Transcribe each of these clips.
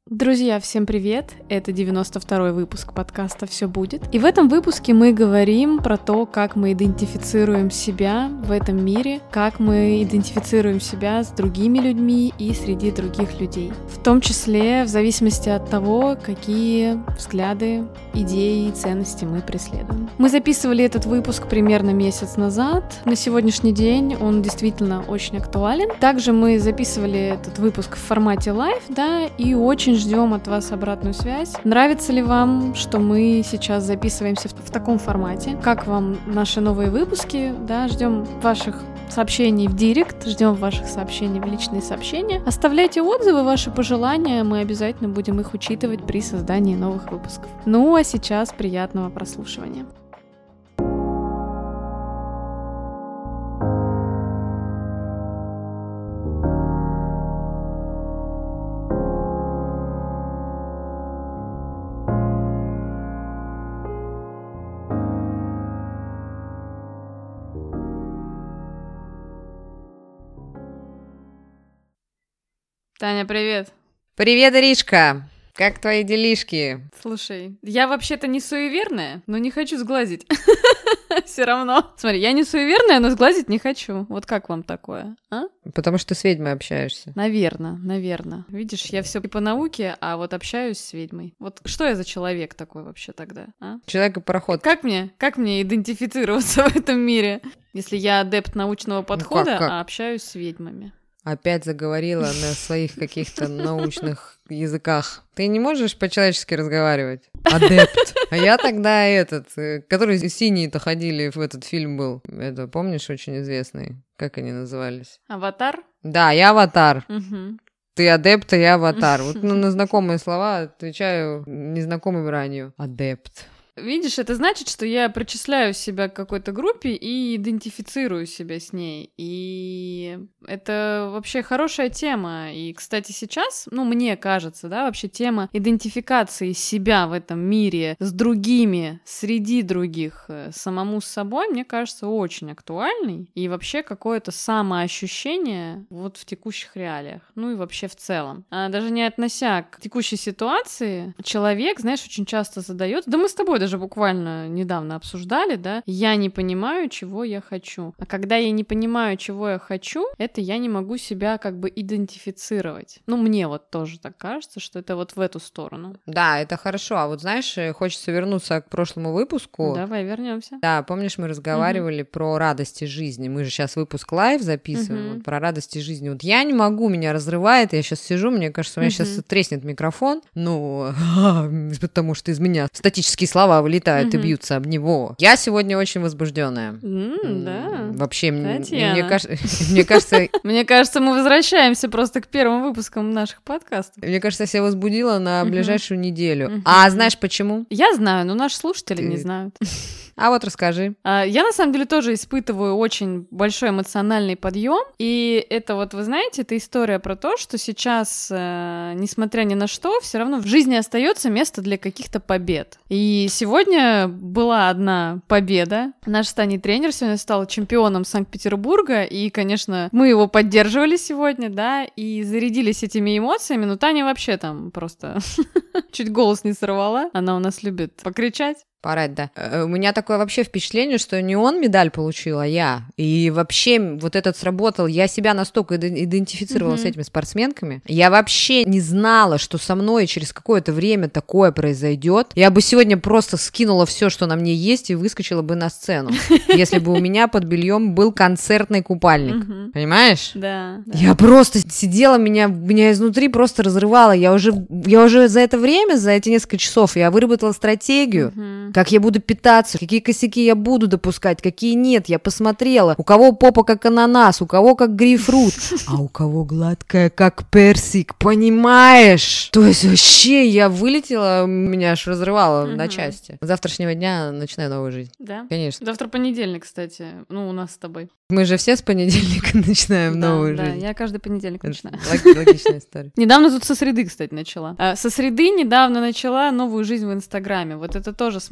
Друзья, всем привет! Это 92-й выпуск подкаста «Все будет». И в этом выпуске мы говорим про то, как мы идентифицируем себя в этом мире, как мы идентифицируем себя с другими людьми и среди других людей. В том числе в зависимости от того, какие взгляды, идеи и ценности мы преследуем. Мы записывали этот выпуск примерно месяц назад. На сегодняшний день он действительно очень актуален. Также мы записывали этот выпуск в формате лайв, и очень ждем от вас обратную связь. Нравится ли вам, что мы сейчас записываемся в таком формате? Как вам наши новые выпуски? Ждем ваших сообщений в директ, ждем ваших сообщений в личные сообщения. Оставляйте отзывы, ваши пожелания, мы обязательно будем их учитывать при создании новых выпусков. Ну а сейчас приятного прослушивания. Таня, привет! Привет, Иришка! Как твои делишки? Слушай, я вообще-то не суеверная, но не хочу сглазить. Все равно. Смотри, я не суеверная, но сглазить не хочу. Вот как вам такое, а? Потому что ты с ведьмой общаешься. Наверное. Видишь, я все по науке, а вот общаюсь с ведьмой. Вот что я за человек такой вообще тогда, а? Человек-пароход. Как мне идентифицироваться в этом мире, если я адепт научного подхода, а общаюсь с ведьмами? Опять заговорила на своих каких-то научных языках. Ты не можешь по-человечески разговаривать? Адепт. А я тогда который синие-то ходили, в этот фильм был. Это, помнишь, очень известный? Как они назывались? Аватар? Да, я аватар. Угу. Ты адепт, а я аватар. Вот на знакомые слова отвечаю незнакомой бранью. Адепт. Видишь, это значит, что я причисляю себя к какой-то группе и идентифицирую себя с ней. И это вообще хорошая тема. И, кстати, сейчас, мне кажется, вообще тема идентификации себя в этом мире с другими, среди других, самому с собой, мне кажется, очень актуальной. И вообще какое-то самоощущение вот в текущих реалиях. Ну и вообще в целом. Даже не относя к текущей ситуации, человек, знаешь, очень часто задает. Да мы с тобой даже буквально недавно обсуждали, я не понимаю, чего я хочу. А когда я не понимаю, чего я хочу, это я не могу себя как бы идентифицировать. Мне вот тоже так кажется, что это вот в эту сторону. Да, это хорошо. А вот знаешь, хочется вернуться к прошлому выпуску. Давай вернемся. Да, помнишь, мы разговаривали про радости жизни. Мы же сейчас выпуск лайв записываем, вот про радости жизни. Вот я не могу, меня разрывает, я сейчас сижу, мне кажется, у меня сейчас треснет микрофон. Потому что из меня статические слова вылетают и бьются об него. Я сегодня очень возбужденная. Да. Вообще, мне кажется... Мне кажется, мы возвращаемся просто к первым выпускам наших подкастов. Мне кажется, я себя возбудила на ближайшую неделю. А знаешь почему? Я знаю, но наши слушатели не знают. А вот расскажи. Я, на самом деле, тоже испытываю очень большой эмоциональный подъем. И это вот, вы знаете, это история про то, что сейчас, несмотря ни на что, все равно в жизни остается место для каких-то побед. И сегодня была одна победа. Наш с Таней тренер сегодня стал чемпионом Санкт-Петербурга. И, конечно, мы его поддерживали сегодня, и зарядились этими эмоциями. Но Таня вообще там просто чуть голос не сорвала. Она у нас любит покричать. Порать, да. У меня такое вообще впечатление, что не он медаль получил, а я. И вообще вот этот сработал. Я себя настолько идентифицировала с этими спортсменками. Я вообще не знала, что со мной через какое-то время такое произойдет. Я бы сегодня просто скинула все, что на мне есть, и выскочила бы на сцену. Если бы у меня под бельем был концертный купальник. Понимаешь? Да. Я просто сидела, меня изнутри просто разрывало. Я уже за это время, за эти несколько часов, я выработала стратегию. Как я буду питаться, какие косяки я буду допускать, какие нет. Я посмотрела, у кого попа как ананас, у кого как грейпфрут, а у кого гладкая как персик, понимаешь? То есть вообще я вылетела, меня аж разрывало на части. С завтрашнего дня начинаю новую жизнь. Да? Конечно. Завтра понедельник, кстати, у нас с тобой. Мы же все с понедельника начинаем новую жизнь. Да, я каждый понедельник начинаю. Логичная история. Недавно тут со среды, кстати, начала. Со среды недавно начала новую жизнь в Инстаграме. Вот это тоже, смотри,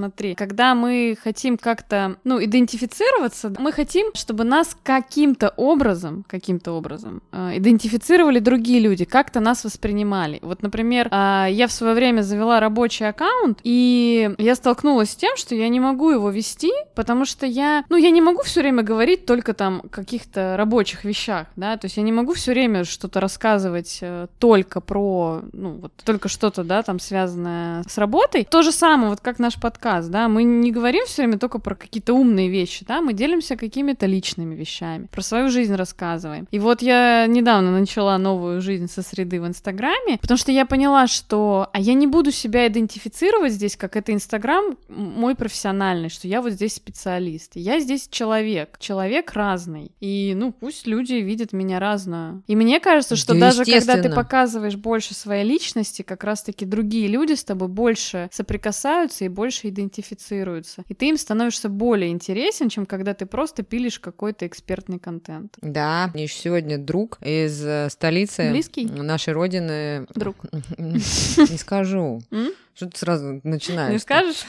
смотри, когда мы хотим как-то, идентифицироваться, мы хотим, чтобы нас каким-то образом идентифицировали другие люди, как-то нас воспринимали. Вот, например, я в свое время завела рабочий аккаунт, и я столкнулась с тем, что я не могу его вести, потому что я не могу все время говорить только там о каких-то рабочих вещах, да, то есть я не могу все время что-то рассказывать только про, только что-то, да, там связанное с работой. То же самое, вот как наш подкаст, да, мы не говорим все время только про какие-то умные вещи, да, мы делимся какими-то личными вещами, про свою жизнь рассказываем. И вот я недавно начала новую жизнь со среды в Инстаграме, потому что я поняла, что я не буду себя идентифицировать здесь, как это Инстаграм мой профессиональный, что я вот здесь специалист. Я здесь человек разный. И, пусть люди видят меня разную. И мне кажется, что даже когда ты показываешь больше своей личности, как раз-таки другие люди с тобой больше соприкасаются и больше идентифицируются. И ты им становишься более интересен, чем когда ты просто пилишь какой-то экспертный контент. Да, мне еще сегодня друг из столицы нашей родины. Друг. Не скажу. Что ты сразу начинаешь? Не скажешь?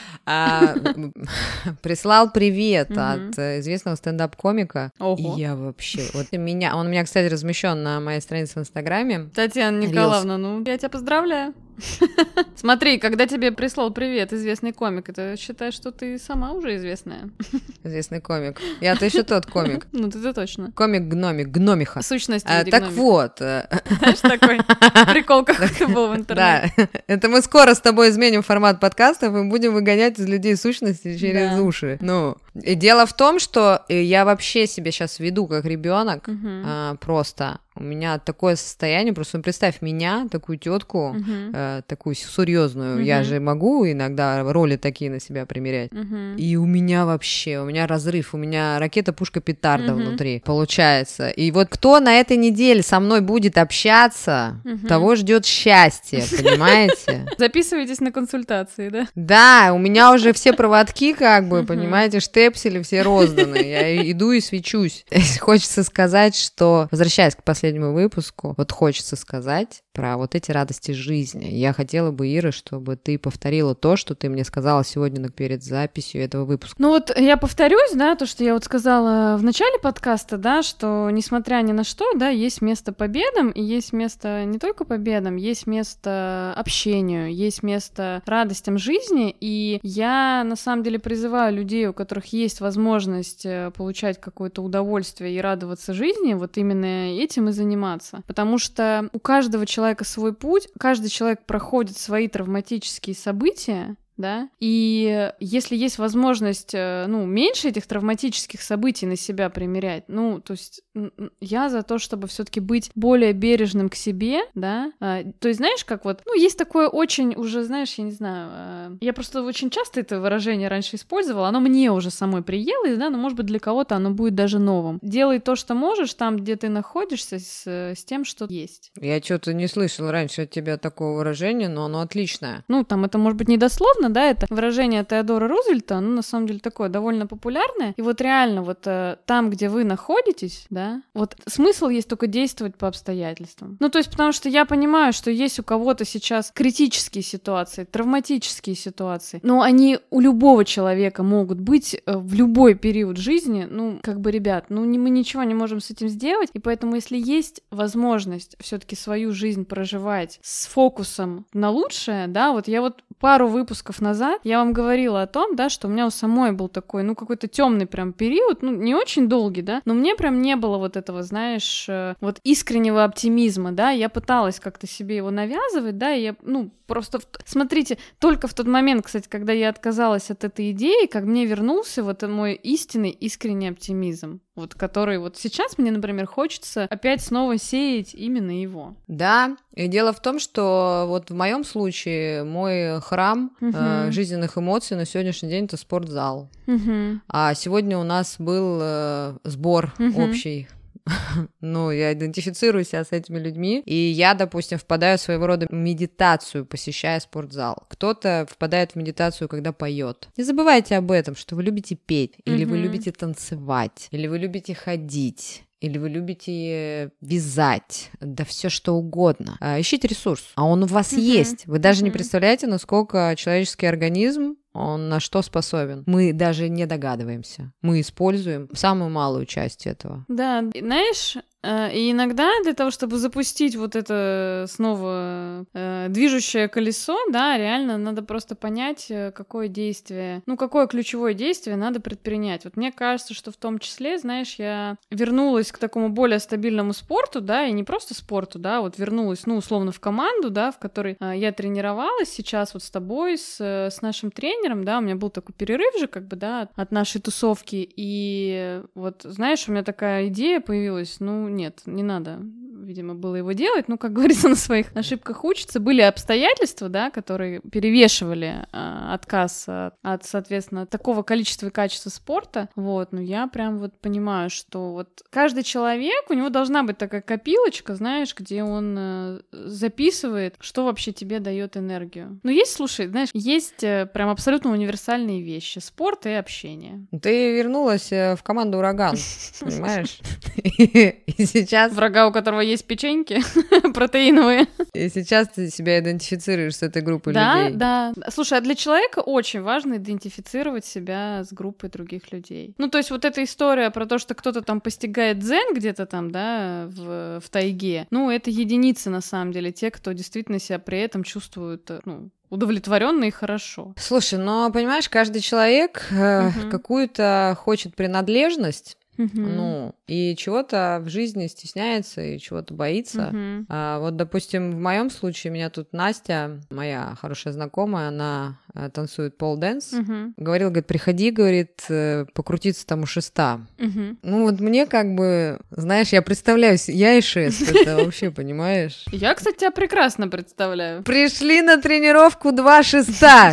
Прислал привет от известного стендап-комика. Ого. И я вообще... Он у меня, кстати, размещен на моей странице в Инстаграме. Татьяна Николаевна, я тебя поздравляю. Смотри, когда тебе прислал привет известный комик, это считай, что ты сама уже известная. Известный комик. Я-то еще тот комик. Ты точно. Комик-гномик, гномиха. Сущность Так вот. Знаешь, такой прикол какой-то был в интернете. Да, это мы скоро с тобой изменим формат подкастов и будем выгонять из людей сущности через уши. И дело в том, что я вообще себя сейчас веду как ребенок, просто. У меня такое состояние, просто представь меня, такую тетку, такую серьезную, я же могу иногда роли такие на себя примерять, и у меня разрыв, у меня ракета-пушка-петарда внутри получается. И вот кто на этой неделе со мной будет общаться, того ждет счастье, понимаете? Записывайтесь на консультации, да? Да, у меня уже все проводки, понимаете, штепсели все розданы, я иду и свечусь. Хочется сказать, что, возвращаясь к последнему выпуску, хочется сказать про вот эти радости жизни. Я хотела бы, Ира, чтобы ты повторила то, что ты мне сказала сегодня перед записью этого выпуска. Я повторюсь, да, то, что я сказала в начале подкаста, да, что несмотря ни на что, да, есть место победам, и есть место не только победам, есть место общению, есть место радостям жизни, и я, на самом деле, призываю людей, у которых есть возможность получать какое-то удовольствие и радоваться жизни, вот именно этим и заниматься. Потому что у каждого человека свой путь, каждый человек проходит свои травматические события, да, и если есть возможность, меньше этих травматических событий на себя примерять, то есть я за то, чтобы все-таки быть более бережным к себе, да, то есть знаешь, как есть такое очень уже, знаешь, я не знаю, я просто очень часто это выражение раньше использовала, оно мне уже самой приелось, да, но может быть для кого-то оно будет даже новым. Делай то, что можешь там, где ты находишься, с тем, что есть. Я что-то не слышала раньше от тебя такого выражения, но оно отличное. Там это может быть не дословно, да, это выражение Теодора Рузвельта, оно на самом деле такое довольно популярное, и реально там, где вы находитесь, да, смысл есть только действовать по обстоятельствам. То есть потому что я понимаю, что есть у кого-то сейчас критические ситуации, травматические ситуации, но они у любого человека могут быть в любой период жизни, ребят, мы ничего не можем с этим сделать, и поэтому если есть возможность все-таки свою жизнь проживать с фокусом на лучшее, да, я пару выпусков назад я вам говорила о том, да, что у меня у самой был такой, какой-то темный прям период, не очень долгий, да, но мне прям не было этого, знаешь, искреннего оптимизма, да, я пыталась как-то себе его навязывать, да, и я, просто, смотрите, только в тот момент, кстати, когда я отказалась от этой идеи, как мне вернулся мой истинный, искренний оптимизм, который сейчас мне, например, хочется опять снова сеять именно его. Да, и дело в том, что в моем случае мой храм жизненных эмоций на сегодняшний день — это спортзал. А сегодня у нас был сбор общий. Я идентифицирую себя с этими людьми, и я, допустим, впадаю в своего рода медитацию, посещая спортзал. Кто-то впадает в медитацию, когда поет. Не забывайте об этом, что вы любите петь, или вы любите танцевать, или вы любите ходить, или вы любите вязать, да все что угодно. Ищите ресурс, а он у вас есть. Вы даже не представляете, насколько человеческий организм он на что способен. Мы даже не догадываемся. Мы используем самую малую часть этого. Да, знаешь, и иногда для того, чтобы запустить вот это снова движущее колесо, да, реально надо просто понять, какое действие, какое ключевое действие надо предпринять. Вот мне кажется, что в том числе, знаешь, я вернулась к такому более стабильному спорту, да, и не просто спорту, да, вот вернулась, условно, в команду, да, в которой я тренировалась сейчас вот с тобой, с нашим тренером, да, у меня был такой перерыв же, как бы, да, от нашей тусовки, и вот, знаешь, у меня такая идея появилась, нет, не надо, видимо, было его делать, как говорится, на своих ошибках учатся. Были обстоятельства, да, которые перевешивали отказ от, соответственно, такого количества и качества спорта, вот, но я прям вот понимаю, что вот каждый человек, у него должна быть такая копилочка, знаешь, где он записывает, что вообще тебе дает энергию. Слушай, знаешь, есть прям абсолютно универсальные вещи, спорт и общение. Ты вернулась в команду «Ураган», понимаешь? И сейчас... Врага, у которого есть печеньки протеиновые. И сейчас ты себя идентифицируешь с этой группой людей. Да. Слушай, а для человека очень важно идентифицировать себя с группой других людей. То есть вот эта история про то, что кто-то там постигает дзен где-то там, да, в тайге, это единицы на самом деле, те, кто действительно себя при этом чувствует, удовлетворенно и хорошо. Слушай, но понимаешь, каждый человек какую-то хочет принадлежность, и чего-то в жизни стесняется, и чего-то боится. Вот, допустим, в моем случае, меня тут Настя, моя хорошая знакомая, она танцует пол-дэнс, говорит, приходи, говорит, покрутиться там у шеста. Вот мне как бы, знаешь, я представляю, я и шест, это вообще, понимаешь? Я, кстати, тебя прекрасно представляю. Пришли на тренировку 2 шеста.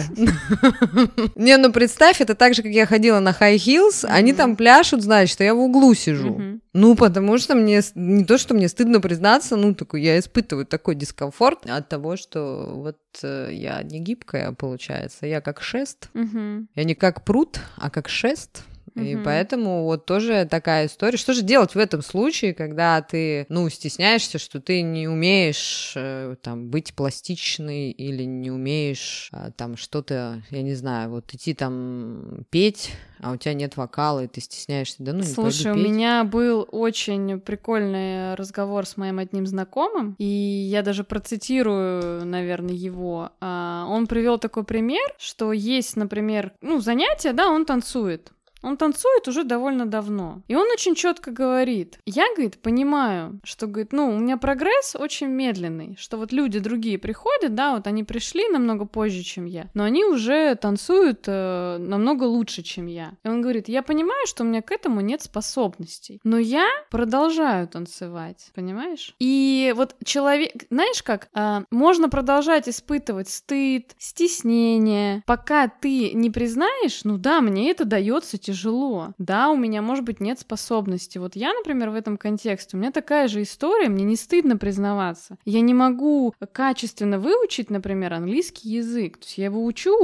Не, представь, это так же, как я ходила на high heels, они там пляшут, значит, а я в углу сижу. Потому что мне не то, что мне стыдно признаться, я испытываю такой дискомфорт от того, что вот я не гибкая, получается, я как шест. Я не как прут, а как шест. И поэтому вот тоже такая история. Что же делать в этом случае, когда ты, стесняешься, что ты не умеешь там быть пластичной или не умеешь там что-то, я не знаю, вот идти там петь, а у тебя нет вокала, и ты стесняешься, не Слушай, у меня был очень прикольный разговор с моим одним знакомым, и я даже процитирую, наверное, его. Он привел такой пример, что есть, например, занятие, да, он танцует. Он танцует уже довольно давно. И он очень четко говорит, я, говорит, понимаю, что, говорит, у меня прогресс очень медленный, что вот люди другие приходят, да, вот они пришли намного позже, чем я, но они уже танцуют намного лучше, чем я. И он говорит, я понимаю, что у меня к этому нет способностей, но я продолжаю танцевать, понимаешь? И вот человек, знаешь как, можно продолжать испытывать стыд, стеснение, пока ты не признаешь, да, мне это дается тяжело. Да, у меня, может быть, нет способности. Вот я, например, в этом контексте, у меня такая же история, мне не стыдно признаваться. Я не могу качественно выучить, например, английский язык. То есть я его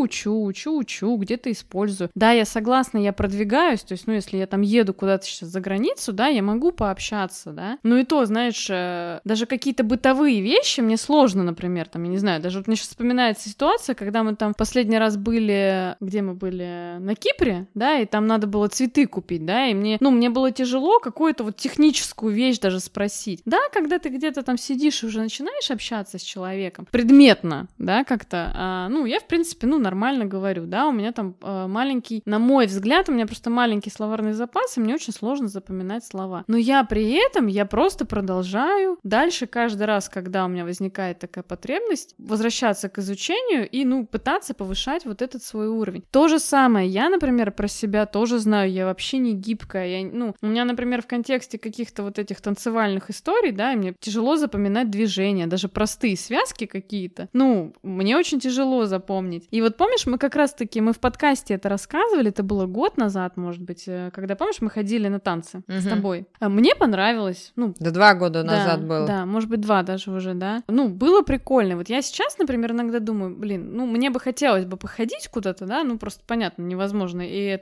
учу, где-то использую. Да, я согласна, я продвигаюсь, то есть, если я там еду куда-то сейчас за границу, да, я могу пообщаться, да. И то, знаешь, даже какие-то бытовые вещи мне сложно, например, там, я не знаю, даже вот мне сейчас вспоминается ситуация, когда мы там последний раз были, где мы были? На Кипре, да, и там надо было цветы купить, да, и мне было тяжело какую-то вот техническую вещь даже спросить. Да, когда ты где-то там сидишь и уже начинаешь общаться с человеком предметно, да, как-то, я, в принципе, нормально говорю, да, у меня там маленький, на мой взгляд, у меня просто маленький словарный запас, и мне очень сложно запоминать слова. Но я при этом, я просто продолжаю дальше каждый раз, когда у меня возникает такая потребность, возвращаться к изучению и, пытаться повышать вот этот свой уровень. То же самое, я, например, про себя тоже знаю, я вообще не гибкая. У меня, например, в контексте каких-то вот этих танцевальных историй, да, мне тяжело запоминать движения, даже простые связки какие-то. Мне очень тяжело запомнить. И вот помнишь, мы как раз-таки, мы в подкасте это рассказывали, это было год назад, может быть, когда, помнишь, мы ходили на танцы с тобой. Мне понравилось. Да 2 года назад было. Да, может быть, 2 даже уже, да. Было прикольно. Вот я сейчас, например, иногда думаю, мне бы хотелось бы походить куда-то, да, просто понятно, невозможно и это,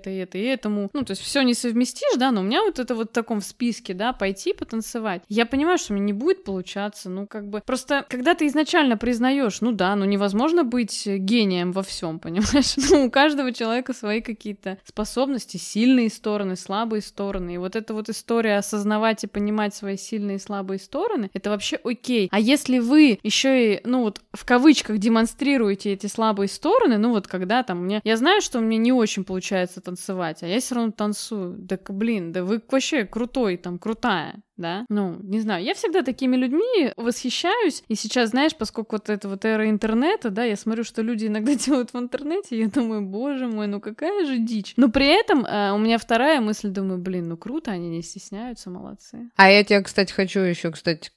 этому, ну, то есть все не совместишь, да, но у меня вот это вот в таком списке, да, пойти потанцевать. Я понимаю, что мне не будет получаться, ну, как бы, просто, когда ты изначально признаешь, ну, да, ну, невозможно быть гением во всем, понимаешь? Ну, у каждого человека свои какие-то способности, сильные стороны, слабые стороны, и вот эта вот история осознавать и понимать свои сильные и слабые стороны, это вообще окей. А если вы еще и, ну, вот, в кавычках демонстрируете эти слабые стороны, ну, вот, когда там я знаю, что мне не очень получается танцевать, а я все равно танцую. Так, блин, да вы вообще крутой, там, крутая. Да, ну, не знаю, я всегда такими людьми восхищаюсь, и сейчас, знаешь, поскольку вот эта вот эра интернета, да, я смотрю, что люди иногда делают в интернете, я думаю, боже мой, ну какая же дичь. Но при этом у меня вторая мысль, думаю, блин, ну круто, они не стесняются, молодцы. А я тебе, кстати, хочу еще, кстати,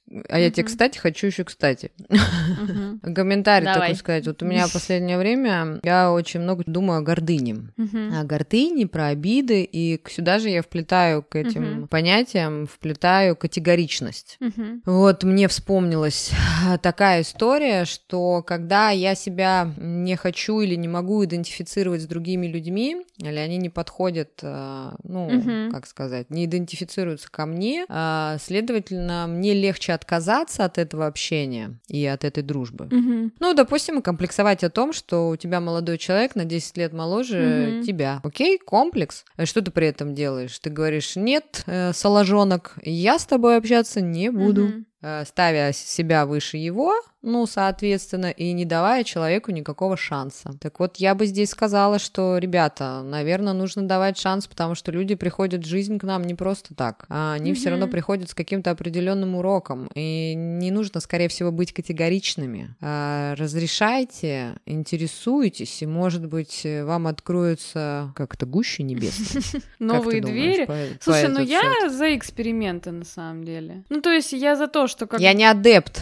комментарий такой сказать. Вот у меня в последнее время я очень много думаю о гордыне. О гордыне, про обиды, и сюда же я вплетаю к этим понятиям, вплетаю категоричность. Вот мне вспомнилась такая история, что когда я себя не хочу или не могу идентифицировать с другими людьми, или они не подходят, ну, как сказать, не идентифицируются ко мне, следовательно, мне легче отказаться от этого общения и от этой дружбы. Ну, допустим, комплексовать о том, что у тебя молодой человек на 10 лет моложе тебя. Окей, комплекс. Что ты при этом делаешь? Ты говоришь, нет, соложонок, я с тобой общаться не буду. Ставя себя выше его, ну, соответственно, и не давая человеку никакого шанса. Так вот, я бы здесь сказала, что, ребята, наверное, нужно давать шанс, потому что люди приходят в жизнь к нам не просто так, а они все равно приходят с каким-то определенным уроком, и не нужно, скорее всего, быть категоричными. Разрешайте, интересуйтесь, и, может быть, вам откроются как-то гуще небесные. Новые двери. Слушай, ну я за эксперименты, на самом деле. Ну, то есть я за то, что... Я не адепт.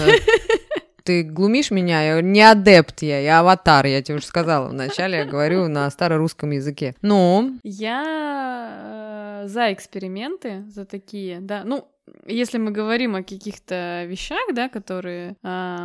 Ты глумишь меня? Я не адепт я аватар, я тебе уже сказала вначале, я говорю на старорусском языке. Ну? Я за эксперименты, за такие, да. Ну, если мы говорим о каких-то вещах, да, которые,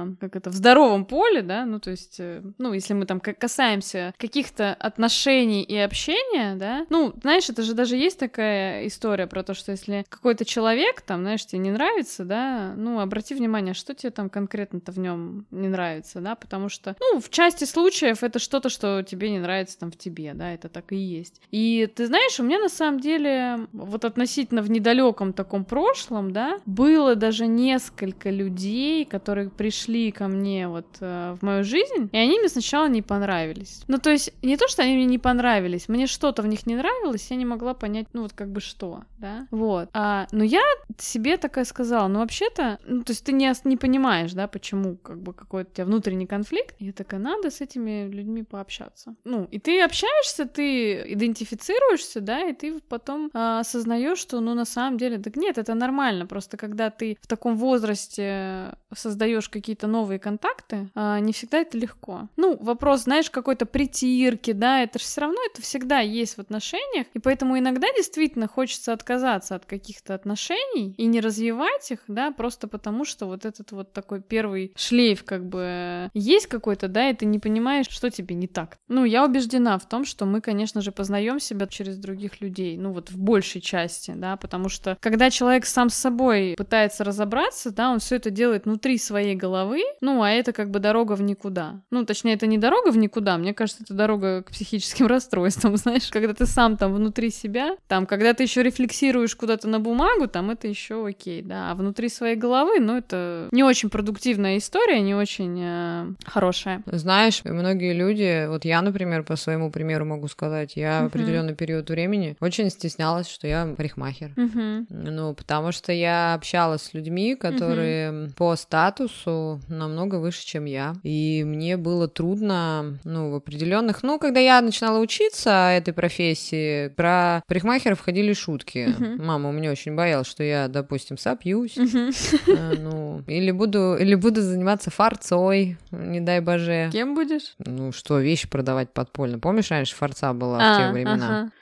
в здоровом поле, да, ну, то есть, ну, если мы там касаемся каких-то отношений и общения, да, ну, знаешь, это же даже есть такая история про то, что если какой-то человек, там, знаешь, тебе не нравится, да, ну, обрати внимание, что тебе там конкретно-то в нем не нравится, да, потому что, ну, в части случаев это что-то, что тебе не нравится там в тебе, да, это так и есть. И ты знаешь, у меня на самом деле вот относительно в недалеком таком прошлом, да, было даже несколько людей, которые пришли ко мне вот в мою жизнь, и они мне сначала не понравились. Ну, то есть, не то, что они мне не понравились, мне что-то в них не нравилось, я не могла понять, ну, вот как бы что, да, вот. Но я себе такая сказала, ну, вообще-то, ну, то есть ты не понимаешь, да, почему, как бы, какой-то у тебя внутренний конфликт, и я такая, надо с этими людьми пообщаться. Ну, и ты общаешься, ты идентифицируешься, да, и ты потом осознаешь, что, ну, на самом деле, так нет, это нормально. Просто когда ты в таком возрасте создаешь какие-то новые контакты, не всегда это легко. Ну, вопрос, знаешь, какой-то притирки, да, это же все равно, это всегда есть в отношениях, и поэтому иногда действительно хочется отказаться от каких-то отношений и не развивать их, да, просто потому что вот этот вот такой первый шлейф как бы есть какой-то, да, и ты не понимаешь, что тебе не так. Ну, я убеждена в том, что мы, конечно же, познаем себя через других людей, ну, вот в большей части, да, потому что когда человек сам с собой пытается разобраться, да, он все это делает внутри своей головы, ну, а это как бы дорога в никуда. Ну, точнее, это не дорога в никуда, мне кажется, это дорога к психическим расстройствам, знаешь, когда ты сам там внутри себя, там, когда ты еще рефлексируешь куда-то на бумагу, там это еще окей, да, а внутри своей головы, ну, это не очень продуктивная история, не очень хорошая. Знаешь, многие люди, вот я, например, по своему примеру могу сказать, я в определенный период времени очень стеснялась, что я парикмахер. Ну, потому что я общалась с людьми, которые по статусу намного выше, чем я. И мне было трудно, ну, в определенных... Ну, когда я начинала учиться этой профессии, про парикмахеров ходили шутки. Мама у меня очень боялась, что я, допустим, сопьюсь. Ну, или буду заниматься фарцой, не дай боже. Кем будешь? Ну, что, вещи продавать подпольно. Помнишь, раньше фарца была в те времена?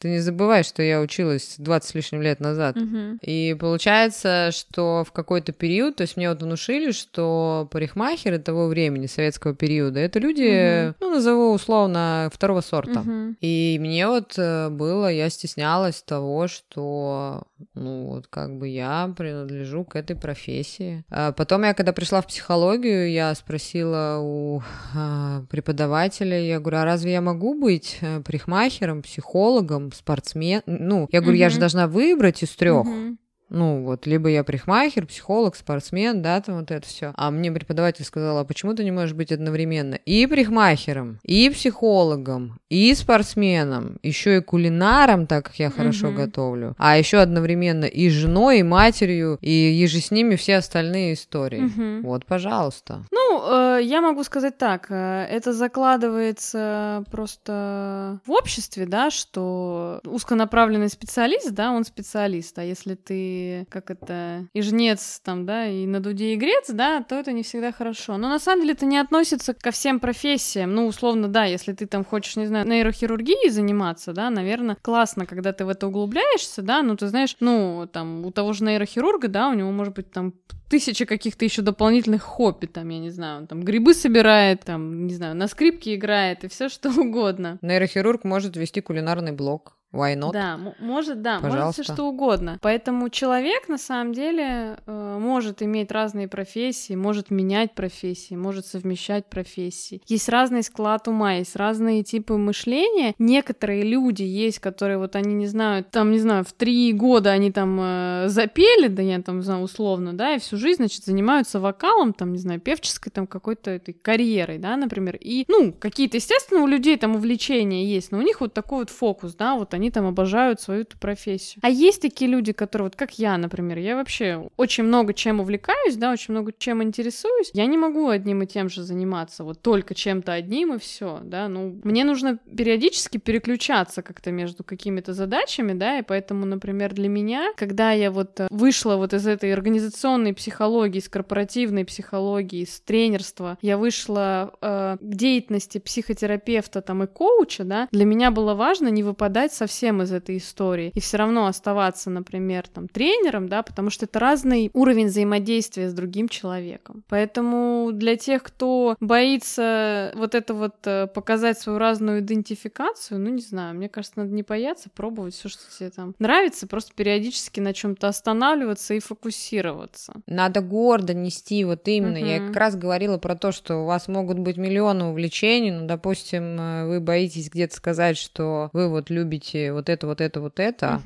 Ты не забывай, что я училась 20 с лишним лет назад. И получается, что в какой-то период, то есть мне вот внушили, что парикмахеры того времени, советского периода, это люди, ну, назову условно, второго сорта. И мне вот было, я стеснялась того, что, ну, вот как бы я принадлежу к этой профессии. А потом я, когда пришла в психологию, я спросила у преподавателя, я говорю, а разве я могу быть парикмахером, психологом, спортсменом? Ну, я говорю, я же должна выбрать из трех. Ну, вот, либо я парикмахер, психолог, спортсмен, да, там вот это все. А мне преподаватель сказал, а почему ты не можешь быть одновременно и парикмахером, и психологом, и спортсменом, еще и кулинаром, так как я хорошо готовлю, а еще одновременно и женой, и матерью, и еже с ними все остальные истории. Вот, пожалуйста. Ну, я могу сказать так, это закладывается просто в обществе, да, что узконаправленный специалист, да, он специалист, а если ты как это, и жнец там, да, и на дуде и грец, да, то это не всегда хорошо. Но на самом деле это не относится ко всем профессиям. Ну, условно, да, если ты там хочешь, не знаю, нейрохирургией заниматься, да, наверное, классно, когда ты в это углубляешься, да, ну, ты знаешь, ну, там, у того же нейрохирурга, да, у него может быть там 1000 каких-то еще дополнительных хобби, там, я не знаю, он там грибы собирает, там, не знаю, на скрипке играет и все что угодно. Нейрохирург может вести кулинарный блог. Why not? Да, может Пожалуйста. все что угодно. Поэтому человек, на самом деле, может иметь разные профессии, может менять профессии, может совмещать профессии. Есть разный склад ума, есть разные типы мышления. Некоторые люди есть, которые вот они не знают, там, не знаю, в 3 года они там запели, да я там знаю условно, да, и всю жизнь, значит, занимаются вокалом, там, не знаю, певческой там какой-то этой карьерой, да, например. И, ну, какие-то, естественно, у людей там увлечения есть, но у них вот такой вот фокус, да, вот они там обожают свою эту профессию. А есть такие люди, которые, вот как я, например, я вообще очень много чем увлекаюсь, да, очень много чем интересуюсь, я не могу одним и тем же заниматься, вот только чем-то одним и все, да, ну, мне нужно периодически переключаться как-то между какими-то задачами, да, и поэтому, например, для меня, когда я вот вышла вот из этой организационной психологии, из корпоративной психологии, из тренерства, я вышла к деятельности психотерапевта там и коуча, да, для меня было важно не выпадать совсем из этой истории и все равно оставаться, например, там тренером, да, потому что это разный уровень взаимодействия с другим человеком. Поэтому для тех, кто боится вот это вот показать свою разную идентификацию, ну не знаю, мне кажется, надо не бояться, пробовать все, что тебе там нравится, просто периодически на чем-то останавливаться и фокусироваться. Надо гордо нести, вот именно. Я как раз говорила про то, что у вас могут быть миллионы увлечений, ну, допустим, вы боитесь где-то сказать, что вы вот любите вот это,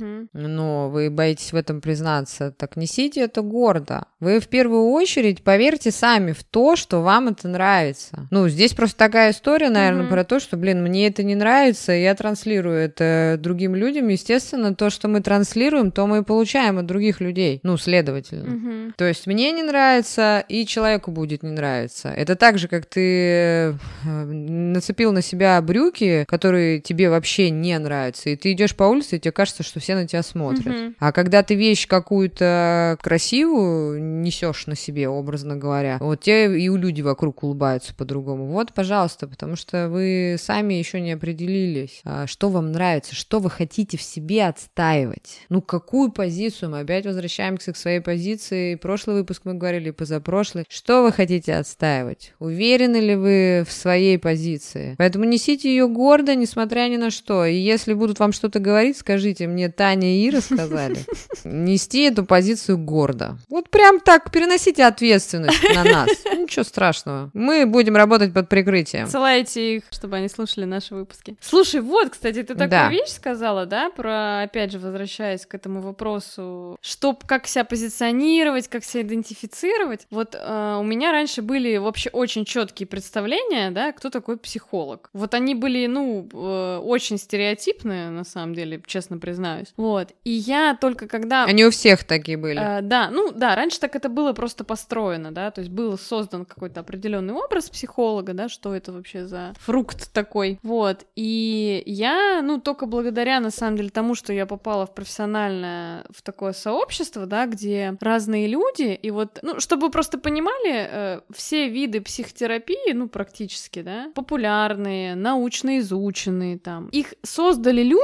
но вы боитесь в этом признаться, так несите это гордо. Вы в первую очередь поверьте сами в то, что вам это нравится. Ну, здесь просто такая история, наверное, про то, что, блин, мне это не нравится, и я транслирую это другим людям. Естественно, то, что мы транслируем, то мы и получаем от других людей. Ну, следовательно. То есть мне не нравится, и человеку будет не нравиться. Это так же, как ты нацепил на себя брюки, которые тебе вообще не нравятся, и ты идешь по улице, и тебе кажется, что все на тебя смотрят. А когда ты вещь какую-то красивую несешь на себе, образно говоря, вот те и у люди вокруг улыбаются по-другому. Вот, пожалуйста, потому что вы сами еще не определились, что вам нравится, что вы хотите в себе отстаивать. Ну, какую позицию? Мы опять возвращаемся к своей позиции. Прошлый выпуск мы говорили, позапрошлый. Что вы хотите отстаивать? Уверены ли вы в своей позиции? Поэтому несите ее гордо, несмотря ни на что. И если будут вам что-то говорить, скажите, мне Таня и Ира сказали нести эту позицию гордо. Вот прям так переносите ответственность на нас. Ничего страшного. Мы будем работать под прикрытием. Ссылайте их, чтобы они слушали наши выпуски. Слушай, вот, кстати, ты такую вещь сказала, да, про, опять же, возвращаясь к этому вопросу, как себя позиционировать, как себя идентифицировать. Вот у меня раньше были вообще очень четкие представления, да, кто такой психолог. Вот они были, ну, очень стереотипные, на самом деле, честно признаюсь. Вот. И я только когда... Они у всех такие были. Да, ну да, раньше так это было просто построено, да, то есть был создан какой-то определенный образ психолога, да, что это вообще за фрукт такой. Вот. И я, ну, только благодаря, на самом деле, тому, что я попала в профессиональное, в такое сообщество, да, где разные люди, и вот, ну, чтобы вы просто понимали, все виды психотерапии, ну, практически, да, популярные, научно изученные, там, их создали люди,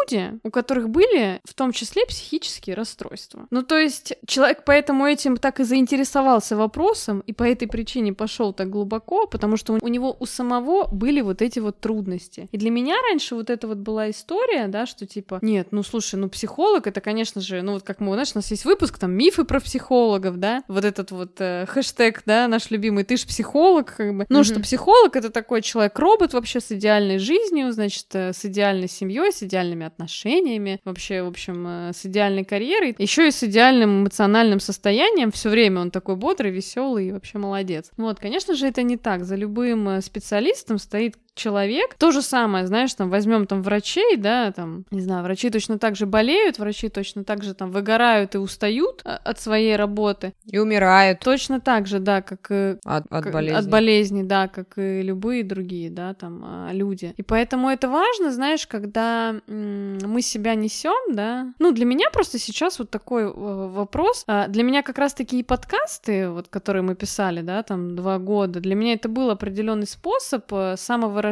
люди, у которых были в том числе психические расстройства. Ну, то есть человек поэтому этим так и заинтересовался вопросом, и по этой причине пошел так глубоко, потому что у него у самого были вот эти вот трудности. И для меня раньше вот это вот была история, да, что типа, нет, ну, слушай, ну, психолог, это, конечно же, ну, вот как мы, знаешь, у нас есть выпуск, там, мифы про психологов, да, вот этот вот хэштег, да, наш любимый, ты ж психолог, как бы. Ну, что психолог — это такой человек-робот вообще с идеальной жизнью, значит, с идеальной семьей, с идеальными отношениями, вообще, в общем, с идеальной карьерой, еще и с идеальным эмоциональным состоянием, все время он такой бодрый, веселый и вообще молодец. Вот, конечно же, это не так. За любым специалистом стоит человек. То же самое, знаешь, там, возьмем там врачей, да, там, не знаю, врачи точно так же болеют, врачи точно так же там выгорают и устают от своей работы. И умирают. Точно так же, да, как от болезни. От болезни, да, как и любые другие, да, там, люди. И поэтому это важно, знаешь, когда мы себя несем, да. Ну, для меня просто сейчас вот такой вопрос. Для меня как раз такие подкасты, вот, которые мы писали, да, там, 2 года, для меня это был определенный способ самовыражения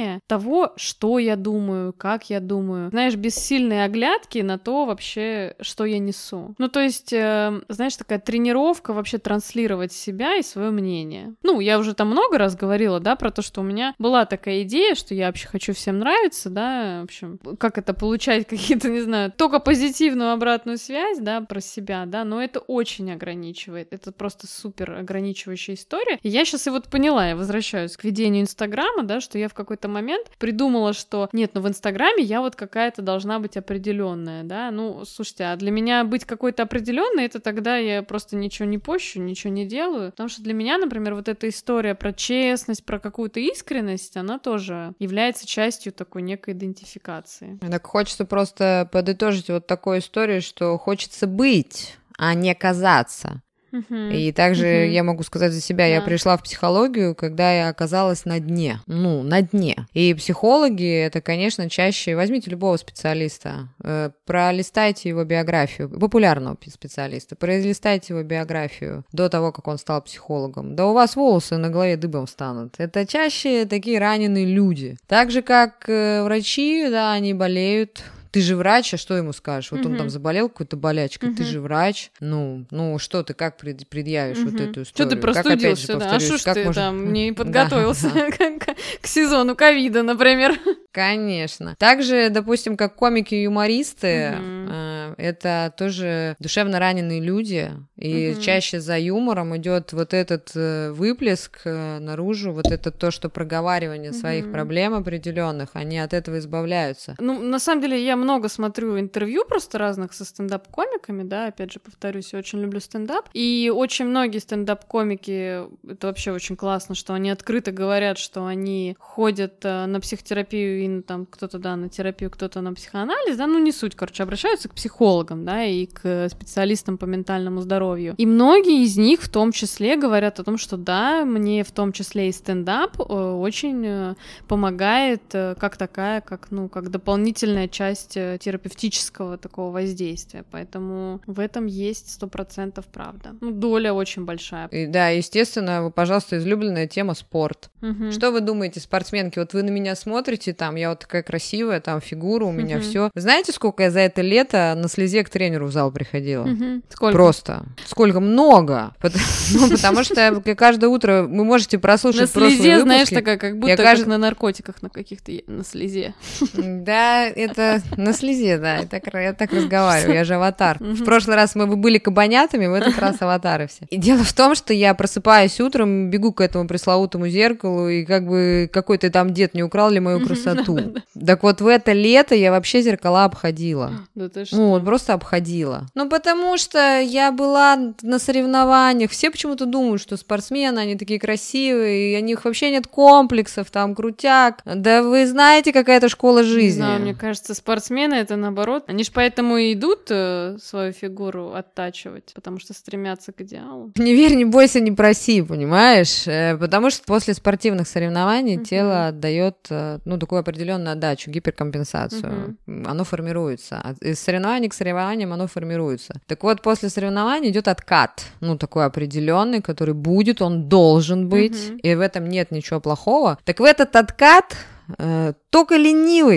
того, что я думаю, как я думаю. Знаешь, без сильной оглядки на то вообще, что я несу. Ну, то есть, знаешь, такая тренировка вообще транслировать себя и свое мнение. Ну, я уже там много раз говорила, да, про то, что у меня была такая идея, что я вообще хочу всем нравиться, да, в общем, как это получать какие-то, не знаю, только позитивную обратную связь, да, про себя, да, но это очень ограничивает. Это просто супер ограничивающая история. И я сейчас и вот поняла, я возвращаюсь к ведению Инстаграма, да, что я в какой-то момент придумала, что нет, ну в Инстаграме я вот какая-то должна быть определенная, да, ну, слушайте, а для меня быть какой-то определенной, это тогда я просто ничего не пощу, ничего не делаю, потому что для меня, например, вот эта история про честность, про какую-то искренность, она тоже является частью такой некой идентификации. Так хочется просто подытожить вот такую историю, что хочется быть, а не казаться. И также я могу сказать за себя, я пришла в психологию, когда я оказалась на дне, на дне. И психологи, это, конечно, чаще, возьмите любого специалиста, пролистайте его биографию, популярного специалиста, пролистайте его биографию до того, как он стал психологом. Да у вас волосы на голове дыбом станут. Это чаще такие раненые люди. Так же, как врачи, да, они болеют. Ты же врач, а что ему скажешь? Вот он там заболел какой-то болячкой, ты же врач. Ну, что ты, как предъявишь вот эту историю? Что ты простудился, да? А что ж ты там не подготовился к сезону ковида, например? Конечно. Также, допустим, как комики и юмористы, это тоже душевно раненые люди, и чаще за юмором идет вот этот выплеск наружу, вот это то, что проговаривание своих проблем определенных, они от этого избавляются. Ну, на самом деле, я много смотрю интервью просто разных со стендап-комиками, да, опять же, повторюсь, я очень люблю стендап, и очень многие стендап-комики, это вообще очень классно, что они открыто говорят, что они ходят на психотерапию и там кто-то, да, на терапию, кто-то на психоанализ, да, ну не суть, короче, обращаются к психологам, да, и к специалистам по ментальному здоровью. И многие из них в том числе говорят о том, что да, мне в том числе и стендап очень помогает как такая, как дополнительная часть терапевтического такого воздействия, поэтому в этом есть 100% правда. Ну, доля очень большая. И, да, естественно, пожалуйста, излюбленная тема — спорт. Что вы думаете, спортсменки? Вот вы на меня смотрите, там, я вот такая красивая, там, фигура у меня все. Знаете, сколько я за это лето на слезе к тренеру в зал приходила? Сколько? Просто. Сколько? Много. Потому что каждое утро вы можете прослушать прошлые выпуски. На слезе, знаешь, такая, как будто как на наркотиках на каких-то, на слезе. Да, это на слезе, да. Я так разговариваю, я же аватар. В прошлый раз мы были кабанятами, в этот раз аватары все. И дело в том, что я просыпаюсь утром, бегу к этому пресловутому зеркалу, и как бы какой-то там дед не украл ли мою красоту. Так вот, в это лето я вообще зеркала обходила. Да ты что? Ну, вот просто обходила. Ну, потому что я была на соревнованиях. Все почему-то думают, что спортсмены, они такие красивые, и у них вообще нет комплексов, там, крутяк. Да вы знаете, какая это школа жизни. Не знаю, мне кажется, спортсмены это наоборот. Они же поэтому и идут свою фигуру оттачивать, потому что стремятся к идеалу. Не верь, не бойся, не проси, понимаешь? Потому что после спортивных соревнований тело отдает, такую определенную отдачу, гиперкомпенсацию. Оно формируется. Из соревнований к соревнованиям оно формируется. Так вот, после соревнований идет откат, такой определенный, который будет, он должен быть, и в этом нет ничего плохого. Так в этот откат только ленивый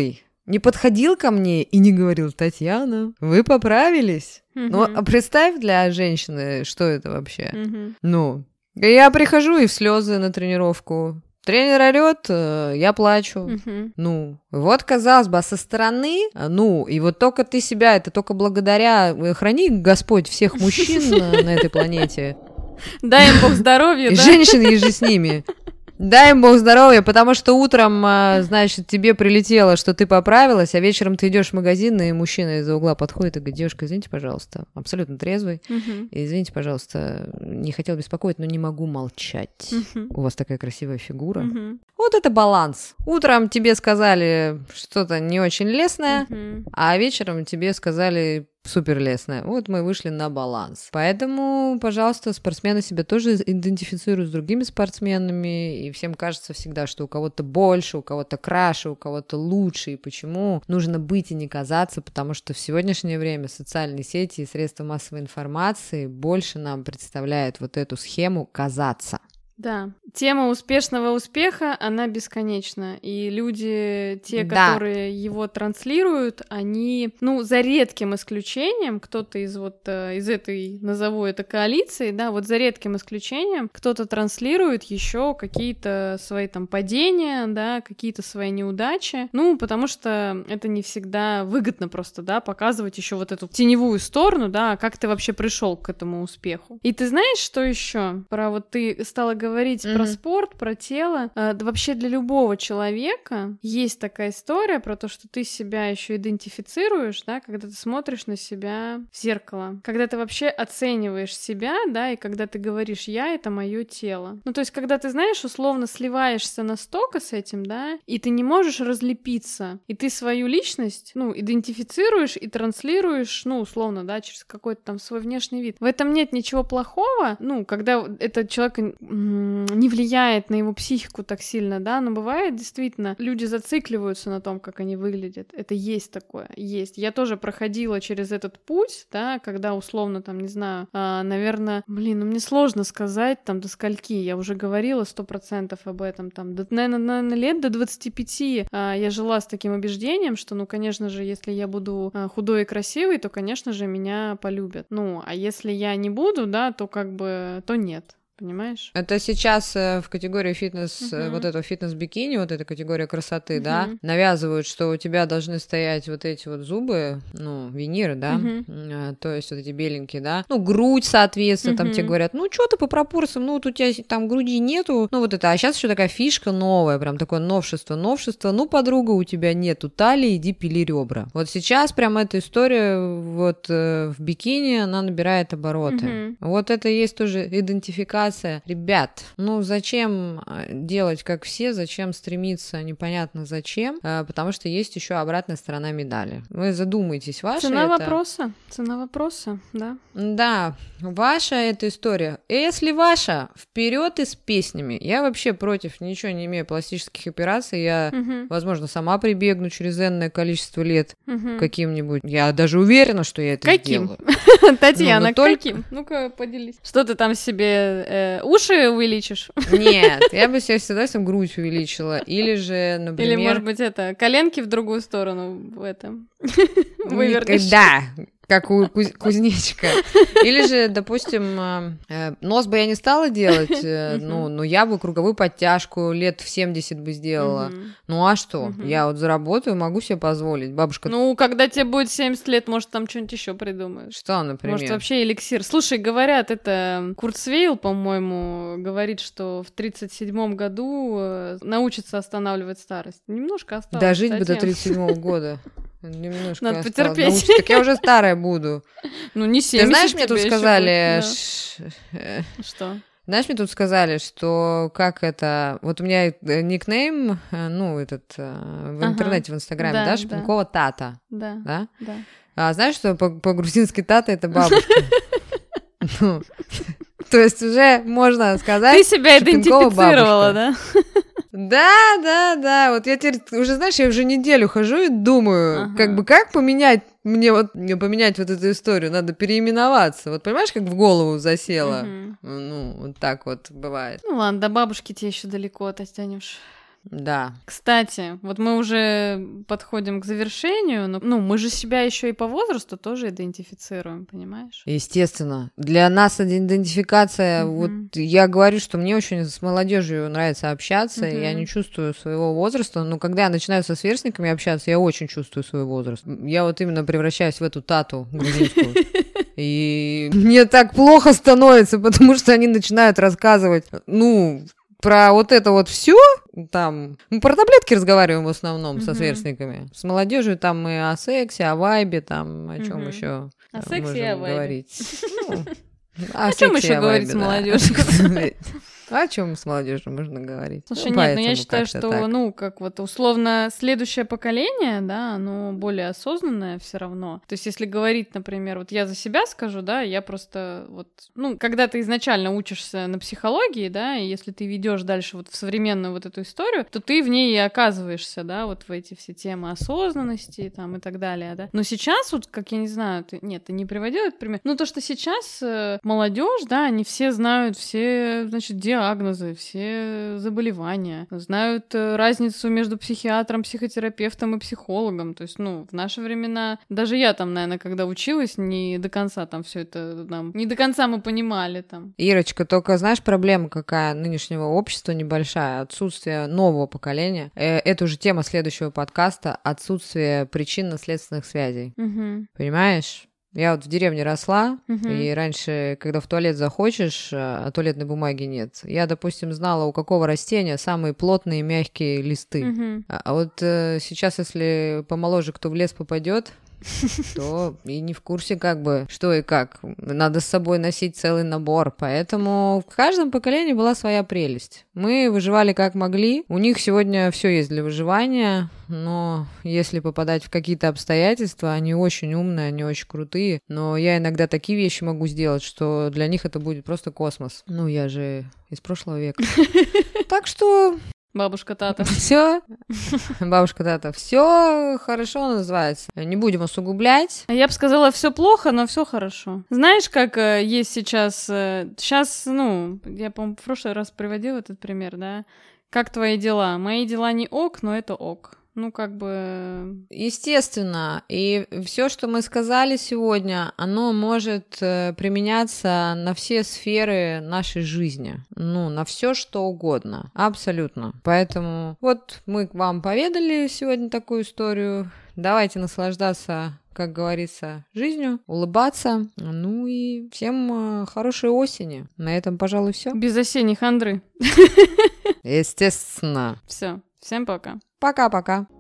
не подходил ко мне и не говорил: Татьяна, вы поправились? Ну, а представь для женщины, что это вообще. Ну, я прихожу и в слезы на тренировку. Тренер орёт, я плачу. Ну, вот, казалось бы, а со стороны, ну, и вот только ты себя, это только благодаря, храни Господь всех мужчин на этой планете. Дай им Бог здоровья, да? Женщин еже с ними. Дай им Бог здоровья, потому что утром, значит, тебе прилетело, что ты поправилась, а вечером ты идешь в магазин, и мужчина из-за угла подходит и говорит: девушка, извините, пожалуйста, абсолютно трезвый, извините, пожалуйста, не хотел беспокоить, но не могу молчать. У вас такая красивая фигура. Вот это баланс. Утром тебе сказали что-то не очень лестное, а вечером тебе сказали супер лестное. Вот мы вышли на баланс. Поэтому, пожалуйста, спортсмены себя тоже идентифицируют с другими спортсменами, и всем кажется всегда, что у кого-то больше, у кого-то краше, у кого-то лучше, и почему нужно быть и не казаться, потому что в сегодняшнее время социальные сети и средства массовой информации больше нам представляют вот эту схему казаться. Да, тема успешного успеха, она бесконечна, и люди, те, которые его транслируют, они, ну, за редким исключением, кто-то из из этой, назову это, коалиции, да, вот за редким исключением, кто-то транслирует еще какие-то свои там падения, да, какие-то свои неудачи, ну, потому что это не всегда выгодно просто, да, показывать еще вот эту теневую сторону, да, как ты вообще пришел к этому успеху. И ты знаешь, что еще? Про вот ты стала говорить про спорт, про тело. Да, вообще для любого человека есть такая история про то, что ты себя еще идентифицируешь, да, когда ты смотришь на себя в зеркало, когда ты вообще оцениваешь себя, да, и когда ты говоришь: я — это мое тело. Ну, то есть, когда ты, знаешь, условно сливаешься настолько с этим, да, и ты не можешь разлепиться, и ты свою личность, ну, идентифицируешь и транслируешь, ну, условно, да, через какой-то там свой внешний вид. В этом нет ничего плохого, ну, когда этот человек не влияет на его психику так сильно, да, но бывает действительно, люди зацикливаются на том, как они выглядят. Это есть такое, есть. Я тоже проходила через этот путь, да, когда условно там, не знаю, наверное, ну мне сложно сказать там до скольки, я уже говорила 100% об этом, там, наверное, лет до 25 я жила с таким убеждением, что, ну, конечно же, если я буду худой и красивой, то, конечно же, меня полюбят. Ну, а если я не буду, да, то как бы, то нет. Понимаешь? Это сейчас в категории фитнес, вот этого фитнес-бикини, вот эта категория красоты, да, навязывают, что у тебя должны стоять вот эти вот зубы, ну, виниры, да, то есть вот эти беленькие, да, ну, грудь, соответственно, там тебе говорят: ну, что ты по пропорциям, ну, вот у тебя там груди нету, ну, вот это, а сейчас еще такая фишка новая, прям такое новшество, ну, подруга, у тебя нету талии, иди пили ребра. Вот сейчас прям эта история вот в бикини, она набирает обороты. Вот это и есть тоже идентификация. Ребят, ну зачем делать как все, зачем стремиться непонятно зачем, потому что есть еще обратная сторона медали. Вы задумайтесь, ваша цена вопроса, да. Да, ваша эта история. Если ваша, вперед и с песнями. Я вообще против, ничего не имею пластических операций, я, возможно, сама прибегну через энное количество лет каким-нибудь. Я даже уверена, что я это сделаю. Татьяна, каким? Ну-ка, поделись. Что ты там себе уши увеличишь? Нет, я бы себе с удовольствием грудь увеличила. Или же, например... Или, может быть, коленки в другую сторону в этом вывернешь. Да, как у кузнечика. Или же, допустим, нос бы я не стала делать, но я бы круговую подтяжку лет в 70 бы сделала. Ну а что? Я вот заработаю, могу себе позволить. Бабушка... Ну, когда тебе будет 70 лет, может, там что-нибудь еще придумаешь. Что, например? Может, вообще эликсир. Слушай, говорят, это Курцвейл, по-моему, говорит, что в 37-м году научится останавливать старость. Немножко осталось. Дожить бы до 37-го года. Немножко надо осталось. потерпеть. Так я уже старая буду. Ну, не 70. Ты знаешь, мне тут сказали... Что? Знаешь, мне тут сказали, что как это... Вот у меня никнейм, ну, этот, в интернете, в Инстаграме, да, Шпинкова Тата. Да. А знаешь, что по-грузински Тата — это бабушка? То есть уже можно сказать... Ты себя идентифицировала, да? Да. Вот я теперь уже, знаешь, я уже неделю хожу и думаю, как поменять поменять вот эту историю, надо переименоваться. Вот понимаешь, как в голову засело? Ну, вот так вот бывает. Ну ладно, до бабушки тебе еще далеко, Татьянюш. Да. Кстати, вот мы уже подходим к завершению, но мы же себя еще и по возрасту тоже идентифицируем, понимаешь? Естественно. Для нас идентификация, вот я говорю, что мне очень с молодежью нравится общаться, и я не чувствую своего возраста, но когда я начинаю со сверстниками общаться, я очень чувствую свой возраст. Я вот именно превращаюсь в эту тату грузинскую. И мне так плохо становится, потому что они начинают рассказывать, про вот это вот все там, мы про таблетки разговариваем в основном со сверстниками. С молодежью там мы о сексе, о вайбе, там, о чем еще о сексе и о вайбе. Говорить. О чем еще говорить с молодежью? О чем с молодежью можно говорить? Слушай, нет, я считаю, что, как вот условно следующее поколение, да, оно более осознанное все равно. То есть, если говорить, например, вот я за себя скажу, да, я просто вот, когда ты изначально учишься на психологии, да, и если ты ведешь дальше вот в современную вот эту историю, то ты в ней и оказываешься, да, вот в эти все темы осознанности там и так далее, да. Но сейчас вот, как я не знаю, ты не приводил этот пример, то, что сейчас молодежь, да, они все знают все, значит, диагнозы, все заболевания, знают разницу между психиатром, психотерапевтом и психологом. То есть, в наши времена, даже я там, наверное, когда училась, не до конца там все это, не до конца мы понимали там. Ирочка, только знаешь, проблема какая нынешнего общества небольшая, отсутствие нового поколения. Это уже тема следующего подкаста, отсутствие причинно-следственных связей. Понимаешь? Я вот в деревне росла, и раньше, когда в туалет захочешь, а туалетной бумаги нет, я, допустим, знала, у какого растения самые плотные мягкие листы. А вот сейчас, если помоложе кто в лес попадет, то и не в курсе как бы, что и как. Надо с собой носить целый набор. Поэтому в каждом поколении была своя прелесть. Мы выживали как могли. У них сегодня все есть для выживания, но если попадать в какие-то обстоятельства, они очень умные, они очень крутые. Но я иногда такие вещи могу сделать, что для них это будет просто космос. Я же из прошлого века. Так что... Бабушка Тата. Все, бабушка Тата, все хорошо называется. Не будем усугублять. Я бы сказала, все плохо, но все хорошо. Знаешь, как есть сейчас, я, по-моему, в прошлый раз приводила этот пример, да? Как твои дела? Мои дела не ок, но это ок. Естественно, и все, что мы сказали сегодня, оно может применяться на все сферы нашей жизни. На все, что угодно. Абсолютно. Поэтому вот мы вам поведали сегодня такую историю. Давайте наслаждаться, как говорится, жизнью, улыбаться. И всем хорошей осени. На этом, пожалуй, все. Без осенней хандры. Естественно. Все. Всем пока. Пока-пока.